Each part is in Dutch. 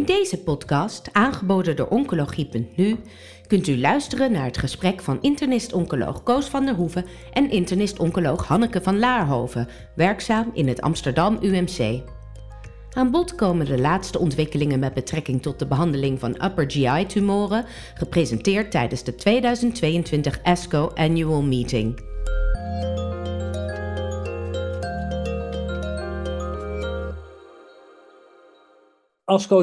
deze podcast, aangeboden door Oncologie.nu, kunt u luisteren naar het gesprek van internist-oncoloog Koos van der Hoeven en internist-oncoloog Hanneke van Laarhoven, werkzaam in het Amsterdam UMC. Aan bod komen de laatste ontwikkelingen met betrekking tot de behandeling van upper GI-tumoren, gepresenteerd tijdens de 2022 ASCO Annual Meeting. ASCO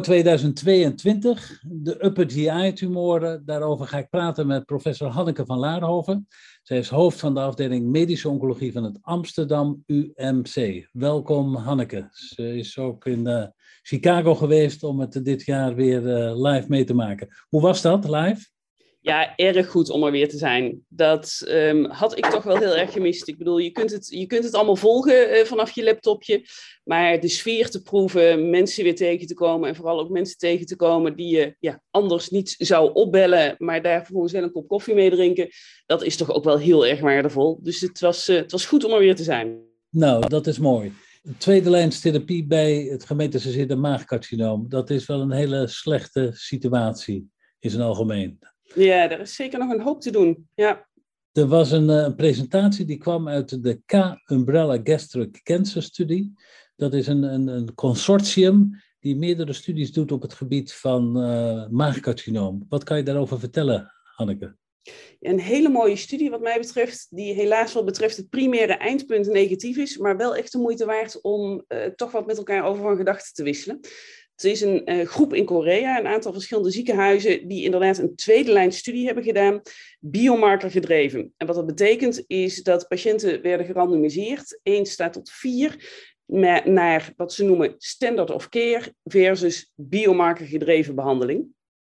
2022, de upper GI-tumoren. Daarover ga ik praten met professor Hanneke van Laarhoven. Zij is hoofd van de afdeling Medische Oncologie van het Amsterdam UMC. Welkom Hanneke. Ze is ook in Chicago geweest om het dit jaar weer live mee te maken. Hoe was dat, live? Ja, erg goed om er weer te zijn. Dat had ik toch wel heel erg gemist. Ik bedoel, je kunt het allemaal volgen vanaf je laptopje. Maar de sfeer te proeven, mensen weer tegen te komen. En vooral ook mensen tegen te komen die je anders niet zou opbellen. Maar daar vervolgens wel een kop koffie mee drinken. Dat is toch ook wel heel erg waardevol. Dus het was goed om er weer te zijn. Nou, dat is mooi. Tweede lijnstherapie bij het gemetastaseerde maagcarcinoom. Dat is wel een hele slechte situatie in zijn algemeen. Ja, er is zeker nog een hoop te doen, ja. Er was een presentatie die kwam uit de K-Umbrella Gastric Cancer Study. Dat is een consortium die meerdere studies doet op het gebied van maagcarcinoom. Wat kan je daarover vertellen, Hanneke? Een hele mooie studie wat mij betreft, die helaas wat betreft het primaire eindpunt negatief is, maar wel echt de moeite waard om toch wat met elkaar over van gedachten te wisselen. Het is een groep in Korea, een aantal verschillende ziekenhuizen die inderdaad een tweede lijn studie hebben gedaan, biomarker gedreven. En wat dat betekent is dat patiënten werden gerandomiseerd, 1 staat tot 4, naar wat ze noemen standard of care versus biomarker gedreven behandeling.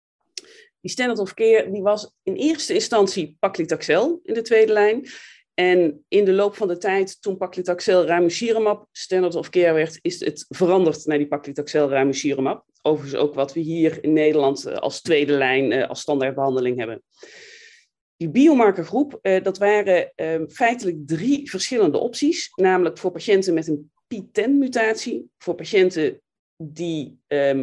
Die standard of care die was in eerste instantie paclitaxel in de tweede lijn. En in de loop van de tijd, toen paclitaxel ramucirumab standard of care werd, is het veranderd naar die paclitaxel ramucirumab. Overigens ook wat we hier in Nederland als tweede lijn, als standaardbehandeling hebben. Die biomarkergroep, dat waren feitelijk 3 verschillende opties. Namelijk voor patiënten met een PTEN-mutatie, voor patiënten die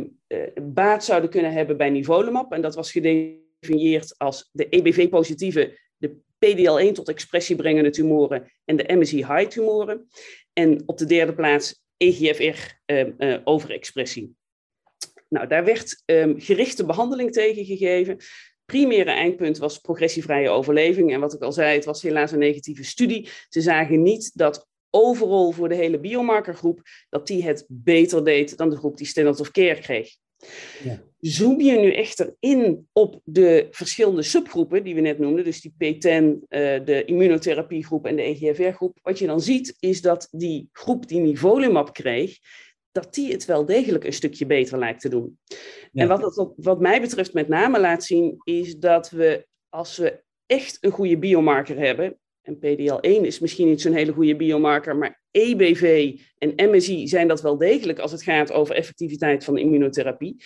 baat zouden kunnen hebben bij nivolumab. En dat was gedefinieerd als de EBV-positieve, de PDL1 tot expressie brengende tumoren en de MSI-high tumoren. En op de 3e plaats EGFR overexpressie. Nou, daar werd gerichte behandeling tegen gegeven. Primaire eindpunt was progressievrije overleving. En wat ik al zei, het was helaas een negatieve studie. Ze zagen niet dat overal voor de hele biomarkergroep, dat die het beter deed dan de groep die standard of care kreeg. Ja. Zoom je nu echter in op de verschillende subgroepen die we net noemden, dus die PTEN, de immunotherapiegroep en de EGFR-groep, wat je dan ziet is dat die groep die nivolumab kreeg, dat die het wel degelijk een stukje beter lijkt te doen. Ja. En wat mij betreft met name laat zien, is dat we, als we echt een goede biomarker hebben, en PDL1 is misschien niet zo'n hele goede biomarker, maar EBV en MSI zijn dat wel degelijk als het gaat over effectiviteit van immunotherapie.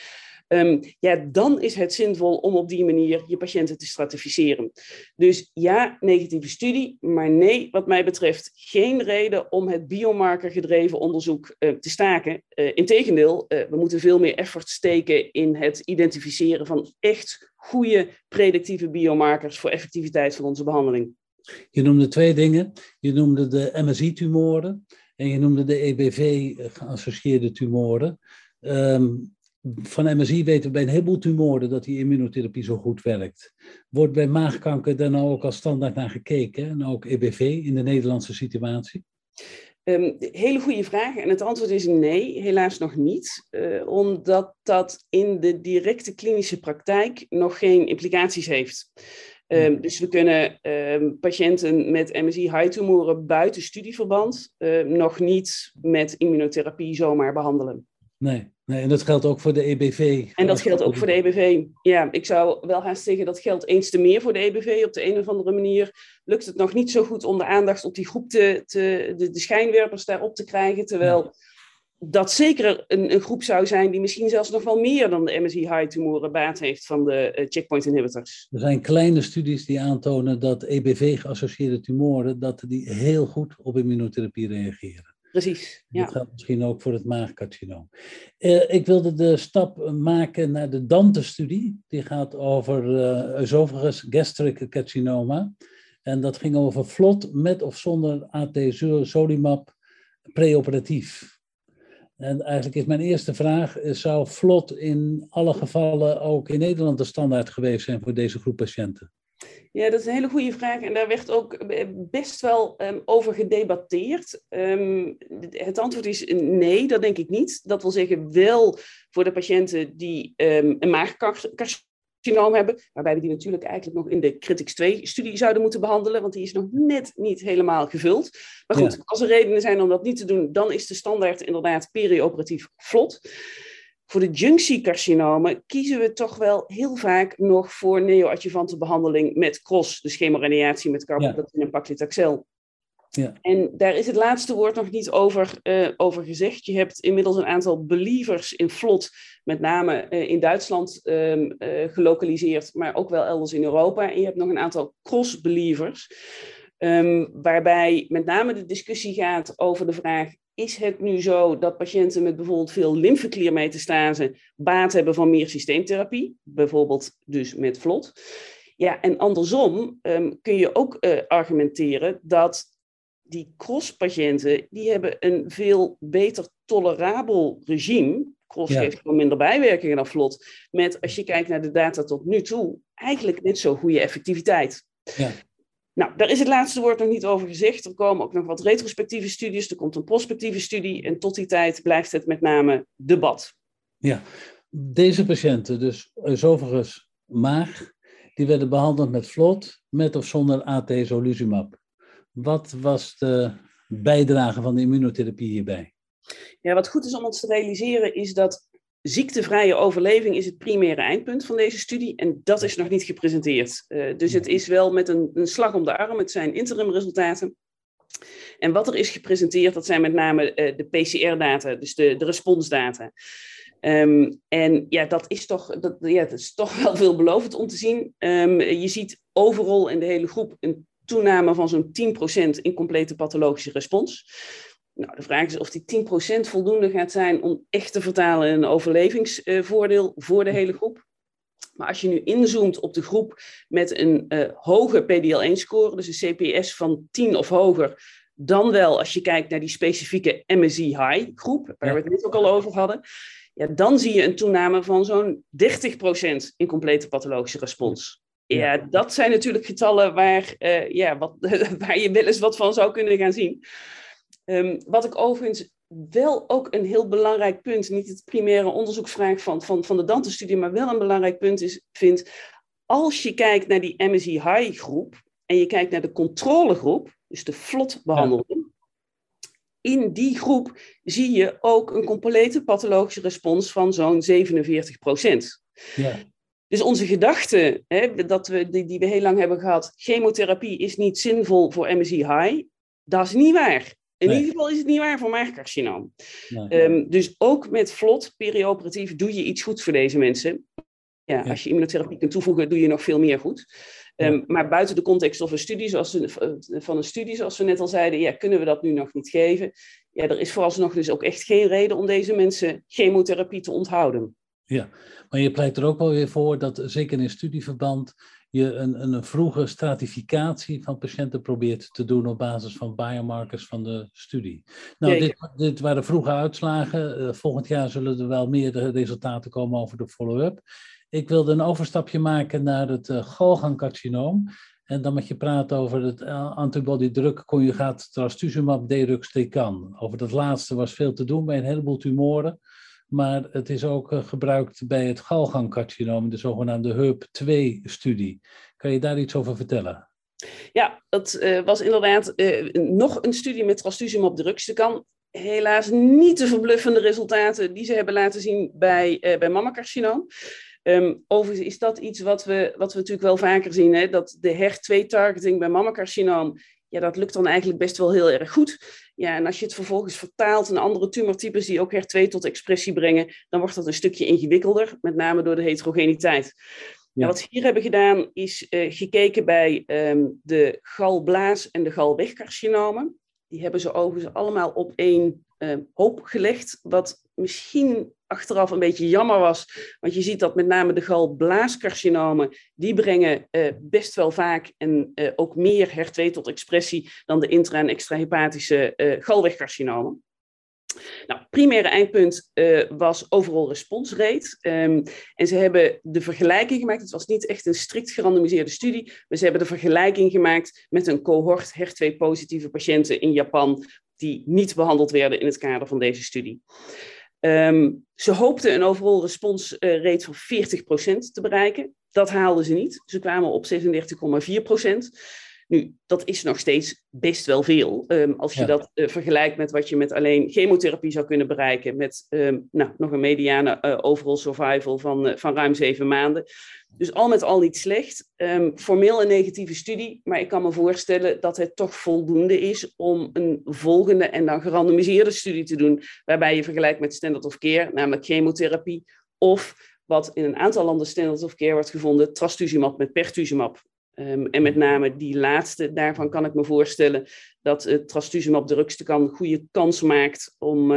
Dan is het zinvol om op die manier je patiënten te stratificeren. Dus ja, negatieve studie, maar nee, wat mij betreft geen reden om het biomarkergedreven onderzoek te staken. Integendeel, we moeten veel meer effort steken in het identificeren van echt goede predictieve biomarkers voor effectiviteit van onze behandeling. Je noemde 2 dingen. Je noemde de MSI-tumoren en je noemde de EBV-geassocieerde tumoren. Van MSI weten we bij een heleboel tumoren dat die immunotherapie zo goed werkt. Wordt bij maagkanker daar nou ook als standaard naar gekeken? En ook EBV in de Nederlandse situatie? Hele goede vraag en het antwoord is nee, helaas nog niet. Omdat dat in de directe klinische praktijk nog geen implicaties heeft. Dus we kunnen patiënten met MSI-high-tumoren buiten studieverband nog niet met immunotherapie zomaar behandelen. Nee, en dat geldt ook voor de EBV. En dat geldt ook voor de EBV. Ja, ik zou wel haast zeggen dat geldt eens te meer voor de EBV. Op de een of andere manier lukt het nog niet zo goed om de aandacht op die groep de schijnwerpers daarop te krijgen. Terwijl dat zeker een groep zou zijn die misschien zelfs nog wel meer dan de MSI-high-tumoren baat heeft van de checkpoint inhibitors. Er zijn kleine studies die aantonen dat EBV-geassocieerde tumoren dat die heel goed op immunotherapie reageren. Precies, ja. Dat geldt misschien ook voor het maagcarcinoom. Ik wilde de stap maken naar de Dante-studie. Die gaat over oesophagus gastric carcinoma. En dat ging over FLOT met of zonder atezolizumab preoperatief. En eigenlijk is mijn eerste vraag, zou FLOT in alle gevallen ook in Nederland de standaard geweest zijn voor deze groep patiënten? Ja, dat is een hele goede vraag en daar werd ook best wel over gedebatteerd. Het antwoord is nee, dat denk ik niet. Dat wil zeggen wel voor de patiënten die een maagcarcinoom hebben, waarbij we die natuurlijk eigenlijk nog in de CRITICS-2-studie zouden moeten behandelen, want die is nog net niet helemaal gevuld. Maar goed, als er redenen zijn om dat niet te doen, dan is de standaard inderdaad perioperatief FLOT. Voor de junctiecarcinomen kiezen we toch wel heel vaak nog voor neoadjuvante behandeling met CROS, dus chemoradiatie met carboplatin en paclitaxel. Ja. En daar is het laatste woord nog niet over gezegd. Je hebt inmiddels een aantal believers in FLOT, met name in Duitsland gelokaliseerd, maar ook wel elders in Europa. En je hebt nog een aantal CROS-believers, waarbij met name de discussie gaat over de vraag: is het nu zo dat patiënten met bijvoorbeeld veel lymfekliermetastase baat hebben van meer systeemtherapie, bijvoorbeeld dus met FLOT? Ja, en andersom kun je ook argumenteren dat die CROS-patiënten, die hebben een veel beter tolerabel regime. CROS geeft gewoon minder bijwerkingen dan FLOT, met, als je kijkt naar de data tot nu toe, eigenlijk net zo goede effectiviteit. Ja. Nou, daar is het laatste woord nog niet over gezegd. Er komen ook nog wat retrospectieve studies, er komt een prospectieve studie en tot die tijd blijft het met name debat. Ja, deze patiënten, dus oesophagus maag, die werden behandeld met FLOT, met of zonder atezolizumab. Wat was de bijdrage van de immunotherapie hierbij? Ja, wat goed is om ons te realiseren is dat ziektevrije overleving is het primaire eindpunt van deze studie en dat is nog niet gepresenteerd. Dus het is wel met een slag om de arm, het zijn interimresultaten. En wat er is gepresenteerd, dat zijn met name de PCR-data, dus de responsdata. En ja, dat is toch wel veelbelovend om te zien. Je ziet overal in de hele groep een toename van zo'n 10% in complete pathologische respons. Nou, de vraag is of die 10% voldoende gaat zijn om echt te vertalen in een overlevingsvoordeel voor de hele groep. Maar als je nu inzoomt op de groep met een hoge PDL-1-score, dus een CPS van 10 of hoger, dan wel als je kijkt naar die specifieke MSI-high groep, waar we het net ook al over hadden, ja, dan zie je een toename van zo'n 30% in complete pathologische respons. Ja, dat zijn natuurlijk getallen waar je wel eens wat van zou kunnen gaan zien. Wat ik overigens wel ook een heel belangrijk punt, niet het primaire onderzoeksvraag van de Dante-studie, maar wel een belangrijk punt vind, als je kijkt naar die MSI-high groep en je kijkt naar de controlegroep, dus de FLOT-behandeling, in die groep zie je ook een complete pathologische respons van zo'n 47%. Ja. Dus onze gedachte, die we heel lang hebben gehad, chemotherapie is niet zinvol voor MSI-high, dat is niet waar. In ieder geval is het niet waar voor maagcarcinoom. Nee. Dus ook met FLOT, perioperatief, doe je iets goeds voor deze mensen. Ja, als je immunotherapie kunt toevoegen, doe je nog veel meer goed. Maar buiten de context van een studie, zoals we net al zeiden, kunnen we dat nu nog niet geven. Ja, er is vooralsnog dus ook echt geen reden om deze mensen chemotherapie te onthouden. Ja, maar je pleit er ook wel weer voor dat, zeker in studieverband, je een vroege stratificatie van patiënten probeert te doen op basis van biomarkers van de studie. Nou, dit waren vroege uitslagen. Volgend jaar zullen er wel meer resultaten komen over de follow-up. Ik wilde een overstapje maken naar het galgangcarcinoom. En dan met je praten over het antibody-drug-conjugaat trastuzumab deruxtecan. Over dat laatste was veel te doen bij een heleboel tumoren. Maar het is ook gebruikt bij het galgangcarcinoom, de zogenaamde HERP-2-studie. Kan je daar iets over vertellen? Ja, dat was inderdaad nog een studie met trastuzumab deruxtecan. Helaas niet de verbluffende resultaten die ze hebben laten zien bij mammacarcinoom. Overigens is dat iets wat we natuurlijk wel vaker zien, hè? Dat de HER2-targeting bij mammacarcinoom, ja, dat lukt dan eigenlijk best wel heel erg goed. Ja, en als je het vervolgens vertaalt naar andere tumortypes die ook HER2 tot expressie brengen, dan wordt dat een stukje ingewikkelder, met name door de heterogeniteit. Ja. Wat we hier hebben gedaan is gekeken bij de galblaas- en de galwegcarcinomen. Die hebben ze overigens allemaal op één hoop gelegd, wat misschien achteraf een beetje jammer was, want je ziet dat met name de galblaascarcinomen, die brengen best wel vaak en ook meer HER2 tot expressie dan de intra- en extrahepatische galwegcarcinomen. Nou, primaire eindpunt was overall response rate. En ze hebben de vergelijking gemaakt. Het was niet echt een strikt gerandomiseerde studie, maar ze hebben de vergelijking gemaakt met een cohort HER2-positieve patiënten in Japan die niet behandeld werden in het kader van deze studie. Ze hoopten een overall response rate van 40% te bereiken. Dat haalden ze niet. Ze kwamen op 36,4%. Nu, dat is nog steeds best wel veel. Als je dat vergelijkt met wat je met alleen chemotherapie zou kunnen bereiken. Met nog een mediane overall survival van ruim 7 maanden. Dus al met al niet slecht. Formeel een negatieve studie. Maar ik kan me voorstellen dat het toch voldoende is om een volgende en dan gerandomiseerde studie te doen. Waarbij je vergelijkt met standard of care, namelijk chemotherapie. Of wat in een aantal landen standard of care wordt gevonden, trastuzumab met pertuzumab. En met name die laatste, daarvan kan ik me voorstellen dat trastuzumab deruxtecan goede kans maakt om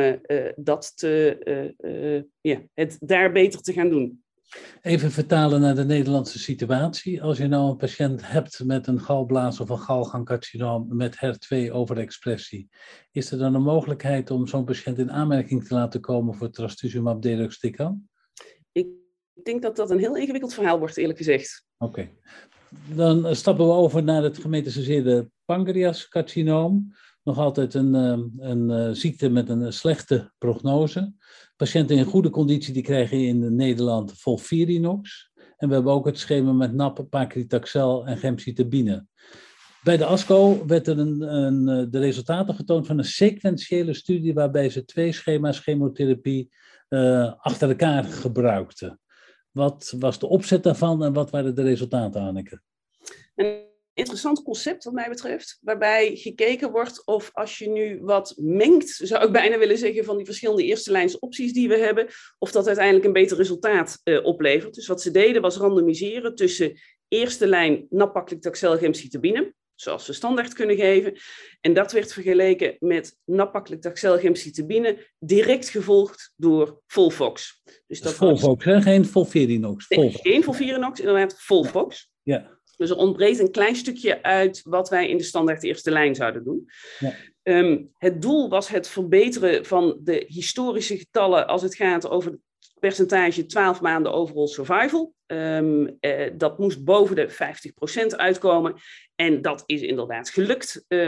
het daar beter te gaan doen. Even vertalen naar de Nederlandse situatie. Als je nou een patiënt hebt met een galblaas of een galgangcarcinoom met HER2 overexpressie, is er dan een mogelijkheid om zo'n patiënt in aanmerking te laten komen voor trastuzumab deruxtecan? Ik denk dat dat een heel ingewikkeld verhaal wordt, eerlijk gezegd. Oké. Dan stappen we over naar het gemetastaseerde pancreascarcinoom. Nog altijd een ziekte met een slechte prognose. Patiënten in goede conditie die krijgen in Nederland FOLFIRINOX. En we hebben ook het schema met NAP, paclitaxel en gemcitabine. Bij de ASCO werden de resultaten getoond van een sequentiële studie waarbij ze 2 schema's chemotherapie achter elkaar gebruikten. Wat was de opzet daarvan en wat waren de resultaten, Anneke? Een interessant concept wat mij betreft, waarbij gekeken wordt of als je nu wat mengt, zou ik bijna willen zeggen, van die verschillende eerste lijns opties die we hebben, of dat uiteindelijk een beter resultaat oplevert. Dus wat ze deden was randomiseren tussen eerste lijn nab-paclitaxel gemcitabine, zoals we standaard kunnen geven. En dat werd vergeleken met nab-paclitaxel gemcitabine, direct gevolgd door FOLFOX. Dus dat FOLFOX, hè? Geen FOLFIRINOX. Nee, geen FOLFIRINOX, inderdaad FOLFOX. Ja. Dus er ontbreekt een klein stukje uit wat wij in de standaard eerste lijn zouden doen. Ja. Het doel was het verbeteren van de historische getallen als het gaat over het percentage 12 maanden overall survival. Dat moest boven de 50% uitkomen. En dat is inderdaad gelukt. 55,3%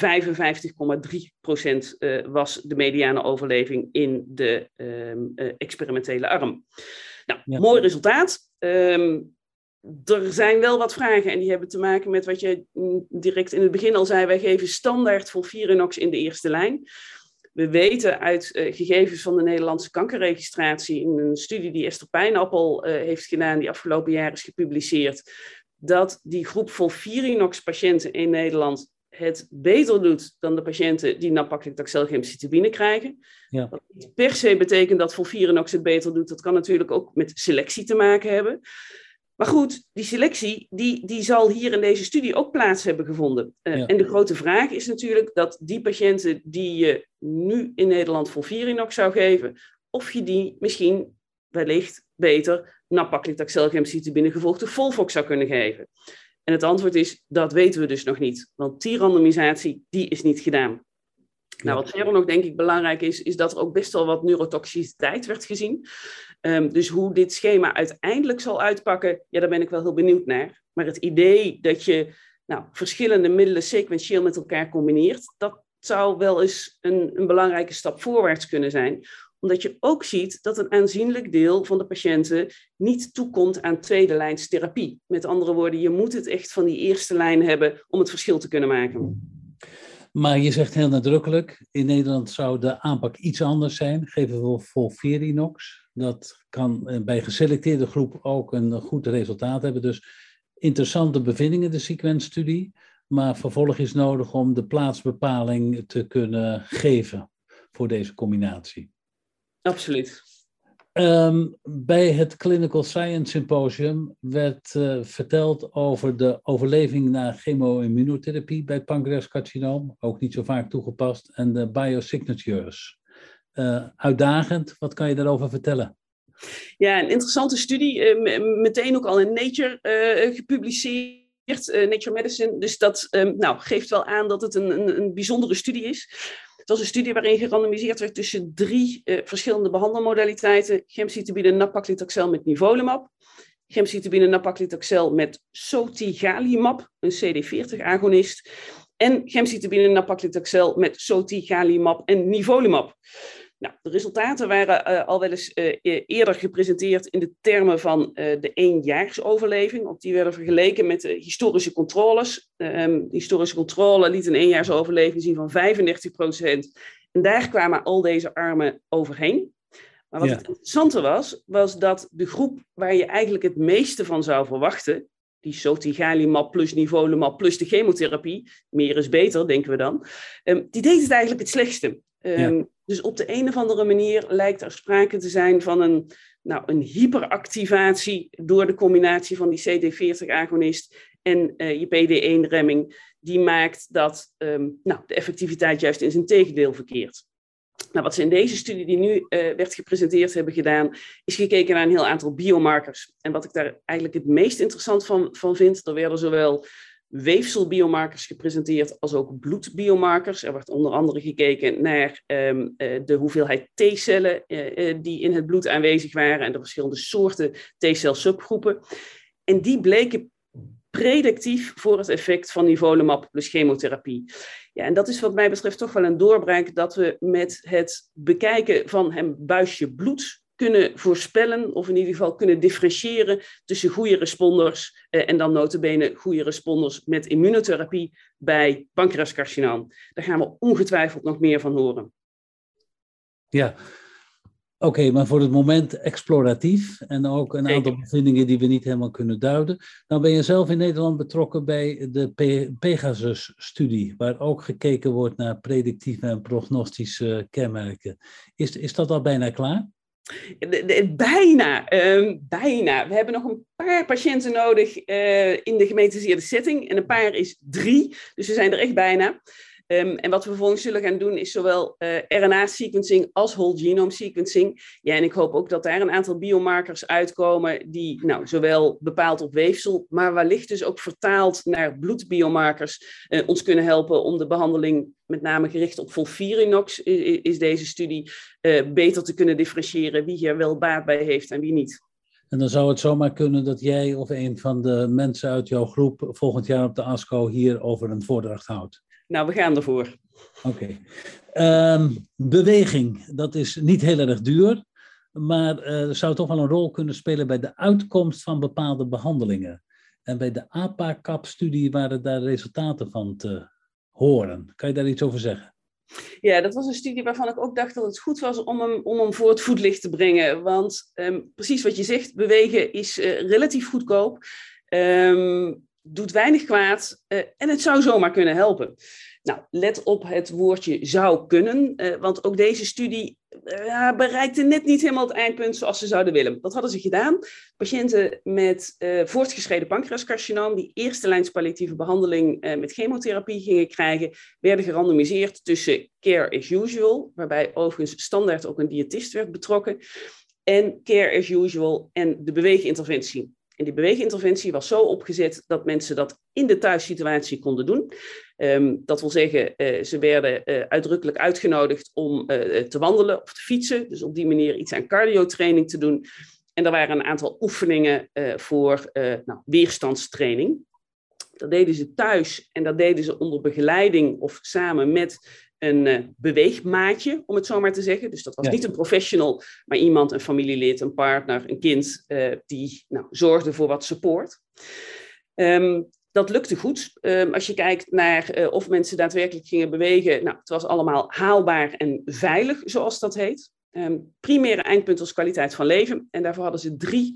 was de mediane overleving in de experimentele arm. Nou, mooi resultaat. Er zijn wel wat vragen en die hebben te maken met wat je direct in het begin al zei. Wij geven standaard FOLFIRINOX in de eerste lijn. We weten uit gegevens van de Nederlandse kankerregistratie in een studie die Esther Pijnappel heeft gedaan, die afgelopen jaar is gepubliceerd, dat die groep FOLFIRINOX-patiënten in Nederland het beter doet dan de patiënten die nab-paclitaxel gemcitabine krijgen. Ja. Wat niet per se betekent dat FOLFIRINOX het beter doet, dat kan natuurlijk ook met selectie te maken hebben. Maar goed, die selectie die zal hier in deze studie ook plaats hebben gevonden. En de grote vraag is natuurlijk dat die patiënten die je nu in Nederland FOLFIRINOX zou geven, of je die misschien wellicht beter nab-paclitaxel gemcitabine gevolgd door FOLFOX zou kunnen geven. En het antwoord is, dat weten we dus nog niet. Want die randomisatie, die is niet gedaan. Nou, wat verder nog denk ik belangrijk is dat er ook best wel wat neurotoxiciteit werd gezien. Dus hoe dit schema uiteindelijk zal uitpakken, ja, daar ben ik wel heel benieuwd naar. Maar het idee dat je verschillende middelen sequentieel met elkaar combineert, dat zou wel eens een belangrijke stap voorwaarts kunnen zijn. Omdat je ook ziet dat een aanzienlijk deel van de patiënten niet toekomt aan tweede lijns therapie. Met andere woorden, je moet het echt van die eerste lijn hebben om het verschil te kunnen maken. Maar je zegt heel nadrukkelijk, in Nederland zou de aanpak iets anders zijn. Geven we FOLFIRINOX. Dat kan bij geselecteerde groep ook een goed resultaat hebben. Dus interessante bevindingen, de sequence-studie. Maar vervolg is nodig om de plaatsbepaling te kunnen geven voor deze combinatie. Absoluut. Bij het Clinical Science Symposium werd verteld over de overleving na chemo-immunotherapie bij pancreascarcinoom, ook niet zo vaak toegepast, en de biosignatures. Uitdagend, wat kan je daarover vertellen? Ja, een interessante studie, meteen ook al in Nature gepubliceerd. Nature Medicine. Dus dat geeft wel aan dat het een bijzondere studie is. Het was een studie waarin gerandomiseerd werd tussen 3 verschillende behandelmodaliteiten. Gemcitabine nab-paclitaxel met nivolumab. Gemcitabine nab-paclitaxel met sotigalimab, een CD40-agonist. En gemcitabine nab-paclitaxel met sotigalimab en nivolumab. Nou, de resultaten waren al wel eens eerder gepresenteerd in de termen van de 1-jaarsoverleving. Ook die werden vergeleken met de historische controles. De historische controle liet een 1-jaarsoverleving zien van 35%. En daar kwamen al deze armen overheen. Maar wat het interessante was dat de groep waar je eigenlijk het meeste van zou verwachten, die sotigalimab plus nivolumab plus de chemotherapie, meer is beter, denken we dan, die deed het eigenlijk het slechtste. Dus op de een of andere manier lijkt er sprake te zijn van een hyperactivatie door de combinatie van die CD40-agonist en je PD1-remming, die maakt dat de effectiviteit juist in zijn tegendeel verkeert. Nou, wat ze in deze studie die nu werd gepresenteerd hebben gedaan, is gekeken naar een heel aantal biomarkers. En wat ik daar eigenlijk het meest interessant van vind, er werden zowel weefselbiomarkers gepresenteerd als ook bloedbiomarkers. Er werd onder andere gekeken naar de hoeveelheid T-cellen die in het bloed aanwezig waren en de verschillende soorten T-cel subgroepen. En die bleken predictief voor het effect van nivolumab plus chemotherapie. Ja, en dat is wat mij betreft toch wel een doorbraak dat we met het bekijken van een buisje bloed kunnen voorspellen of in ieder geval kunnen differentiëren tussen goede responders en dan nota bene goede responders met immunotherapie bij pancreascarcinoom. Daar gaan we ongetwijfeld nog meer van horen. Ja, oké, maar voor het moment exploratief en ook een aantal bevindingen die we niet helemaal kunnen duiden. Nou ben je zelf in Nederland betrokken bij de Pegasus-studie, waar ook gekeken wordt naar predictieve en prognostische kenmerken. Is dat al bijna klaar? Bijna. We hebben nog een paar patiënten nodig in de gemetiseerde setting. En een paar is 3, dus we zijn er echt bijna. En wat we vervolgens zullen gaan doen is zowel RNA-sequencing als whole genome sequencing. Ja, en ik hoop ook dat daar een aantal biomarkers uitkomen die zowel bepaald op weefsel, maar wellicht dus ook vertaald naar bloedbiomarkers ons kunnen helpen om de behandeling, met name gericht op FOLFIRINOX, is deze studie beter te kunnen differentiëren wie hier wel baat bij heeft en wie niet. En dan zou het zomaar kunnen dat jij of een van de mensen uit jouw groep volgend jaar op de ASCO hierover een voordracht houdt. Nou, we gaan ervoor. Oké. Beweging, dat is niet heel erg duur, maar zou toch wel een rol kunnen spelen bij de uitkomst van bepaalde behandelingen. En bij de APA-CAP-studie waren daar resultaten van te horen. Kan je daar iets over zeggen? Ja, dat was een studie waarvan ik ook dacht dat het goed was om hem voor het voetlicht te brengen. Want precies wat je zegt, bewegen is relatief goedkoop. Doet weinig kwaad en het zou zomaar kunnen helpen. Nou, let op het woordje zou kunnen, want ook deze studie bereikte net niet helemaal het eindpunt zoals ze zouden willen. Wat hadden ze gedaan? Patiënten met voortgeschreden pancreascarcinoom die eerste lijns palliatieve behandeling met chemotherapie gingen krijgen, werden gerandomiseerd tussen care as usual, waarbij overigens standaard ook een diëtist werd betrokken, en care as usual en de beweeginterventie. En die beweeginterventie was zo opgezet dat mensen dat in de thuissituatie konden doen. Dat wil zeggen, ze werden uitdrukkelijk uitgenodigd om te wandelen of te fietsen. Dus op die manier iets aan cardiotraining te doen. En er waren een aantal oefeningen voor weerstandstraining. Dat deden ze thuis en dat deden ze onder begeleiding of samen met een beweegmaatje, om het zo maar te zeggen. Dus dat was niet een professional, maar iemand, een familielid, een partner, een kind, die zorgde voor wat support. Dat lukte goed. Als je kijkt naar of mensen daadwerkelijk gingen bewegen, het was allemaal haalbaar en veilig, zoals dat heet. Primaire eindpunt was kwaliteit van leven. En daarvoor hadden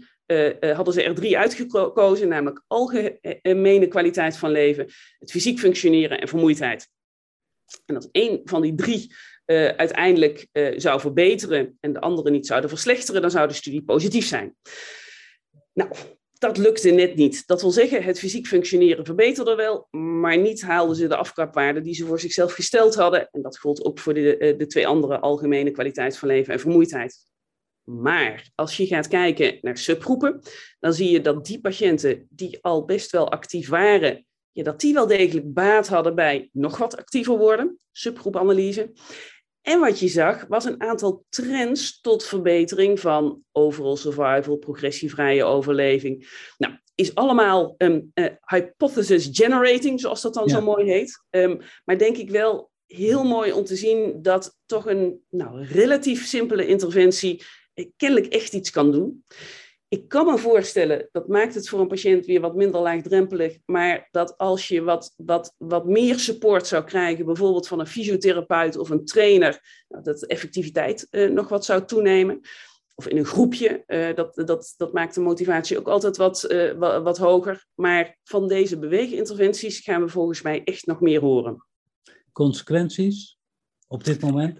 ze er 3 uitgekozen, namelijk algemene kwaliteit van leven, het fysiek functioneren en vermoeidheid. En als 1 van die 3 uiteindelijk zou verbeteren en de andere niet zouden verslechteren, dan zou de studie positief zijn. Nou, dat lukte net niet. Dat wil zeggen, het fysiek functioneren verbeterde wel, maar niet haalden ze de afkapwaarden die ze voor zichzelf gesteld hadden. En dat gold ook voor de 2 andere algemene kwaliteit van leven en vermoeidheid. Maar als je gaat kijken naar subgroepen, dan zie je dat die patiënten die al best wel actief waren, dat die wel degelijk baat hadden bij nog wat actiever worden, subgroepanalyse. En wat je zag, was een aantal trends tot verbetering van overall survival, progressievrije overleving. Nou, is allemaal hypothesis generating, zoals dat dan zo mooi heet. Maar denk ik wel heel mooi om te zien dat toch een relatief simpele interventie kennelijk echt iets kan doen. Ik kan me voorstellen, dat maakt het voor een patiënt weer wat minder laagdrempelig, maar dat als je wat meer support zou krijgen, bijvoorbeeld van een fysiotherapeut of een trainer, dat de effectiviteit nog wat zou toenemen. Of in een groepje, dat maakt de motivatie ook altijd wat hoger. Maar van deze beweeginterventies gaan we volgens mij echt nog meer horen. Consequenties op dit moment?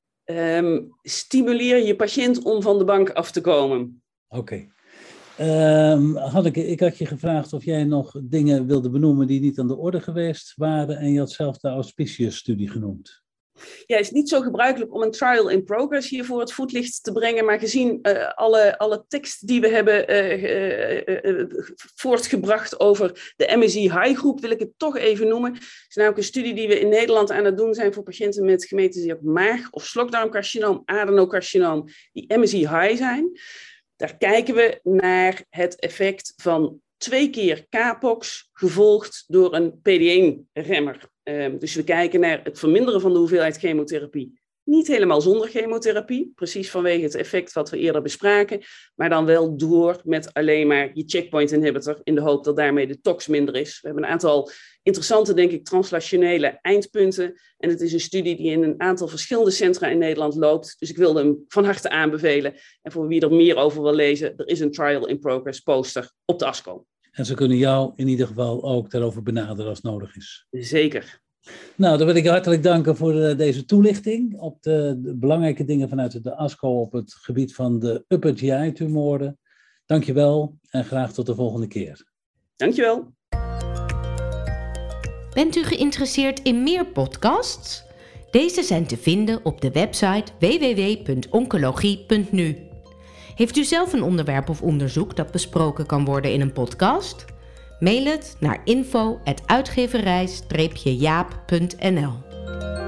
Stimuleer je patiënt om van de bank af te komen. Oké. Hanneke, ik had je gevraagd of jij nog dingen wilde benoemen die niet aan de orde geweest waren. En je had zelf de Auspicius-studie genoemd. Ja, het is niet zo gebruikelijk om een trial in progress hier voor het voetlicht te brengen. Maar gezien alle tekst die we hebben voortgebracht over de MSI High groep, wil ik het toch even noemen. Het is namelijk een studie die we in Nederland aan het doen zijn voor patiënten met gemetastaseerd maag- of slokdarmcarcinoom, adenocarcinoom, die MSI High zijn. Daar kijken we naar het effect van 2 keer Capox gevolgd door een PD-1-remmer. Dus we kijken naar het verminderen van de hoeveelheid chemotherapie. Niet helemaal zonder chemotherapie, precies vanwege het effect wat we eerder bespraken, maar dan wel door met alleen maar je checkpoint inhibitor in de hoop dat daarmee de tox minder is. We hebben een aantal interessante, denk ik, translationele eindpunten en het is een studie die in een aantal verschillende centra in Nederland loopt, dus ik wilde hem van harte aanbevelen. En voor wie er meer over wil lezen, er is een trial in progress poster op de ASCO. En ze kunnen jou in ieder geval ook daarover benaderen als nodig is. Zeker. Nou, dan wil ik je hartelijk danken voor deze toelichting op de belangrijke dingen vanuit de ASCO op het gebied van de upper GI-tumoren. Dank je wel en graag tot de volgende keer. Dank je wel. Bent u geïnteresseerd in meer podcasts? Deze zijn te vinden op de website www.oncologie.nu. Heeft u zelf een onderwerp of onderzoek dat besproken kan worden in een podcast? Mail het naar info@uitgeverij-jaap.nl.